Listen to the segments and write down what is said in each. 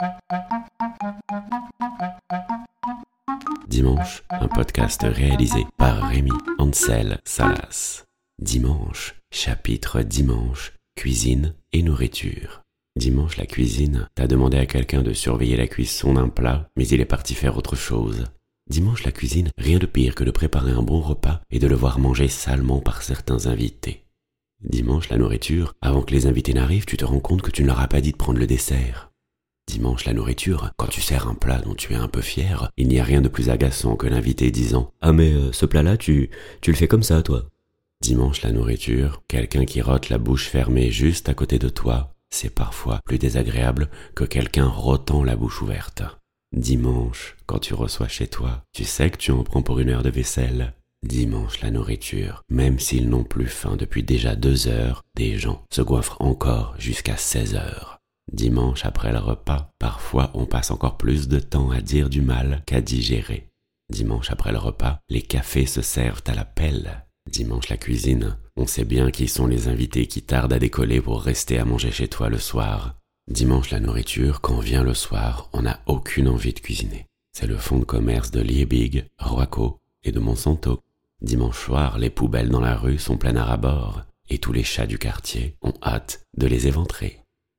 Dimanche, un podcast réalisé par Rémi Ansel Salas. Dimanche, chapitre Dimanche, cuisine et nourriture. Dimanche, la cuisine, t'as demandé à quelqu'un de surveiller la cuisson d'un plat, mais il est parti faire autre chose. Dimanche, la cuisine, rien de pire que de préparer un bon repas et de le voir manger salement par certains invités. Dimanche, la nourriture, avant que les invités n'arrivent, tu te rends compte que tu ne leur as pas dit de prendre le dessert. Dimanche, la nourriture, quand tu sers un plat dont tu es un peu fier, il n'y a rien de plus agaçant que l'invité disant « Ah mais ce plat-là, tu le fais comme ça, toi ». Dimanche, la nourriture, quelqu'un qui rote la bouche fermée juste à côté de toi, c'est parfois plus désagréable que quelqu'un rotant la bouche ouverte. Dimanche, quand tu reçois chez toi, tu sais que tu en prends pour une heure de vaisselle. Dimanche, la nourriture, même s'ils n'ont plus faim depuis déjà 2 heures, des gens se goinfrent encore jusqu'à 16 heures. Dimanche, après le repas, parfois on passe encore plus de temps à dire du mal qu'à digérer. Dimanche, après le repas, les cafés se servent à la pelle. Dimanche, la cuisine, on sait bien qui sont les invités qui tardent à décoller pour rester à manger chez toi le soir. Dimanche, la nourriture, quand vient le soir, on n'a aucune envie de cuisiner. C'est le fonds de commerce de Liebig, Roaco et de Monsanto. Dimanche soir, les poubelles dans la rue sont pleines à ras-bord et tous les chats du quartier ont hâte de les éventrer.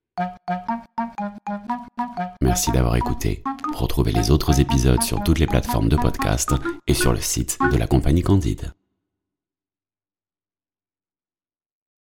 Merci d'avoir écouté. Retrouvez les autres épisodes sur toutes les plateformes de podcast et sur le site de la Compagnie Candide.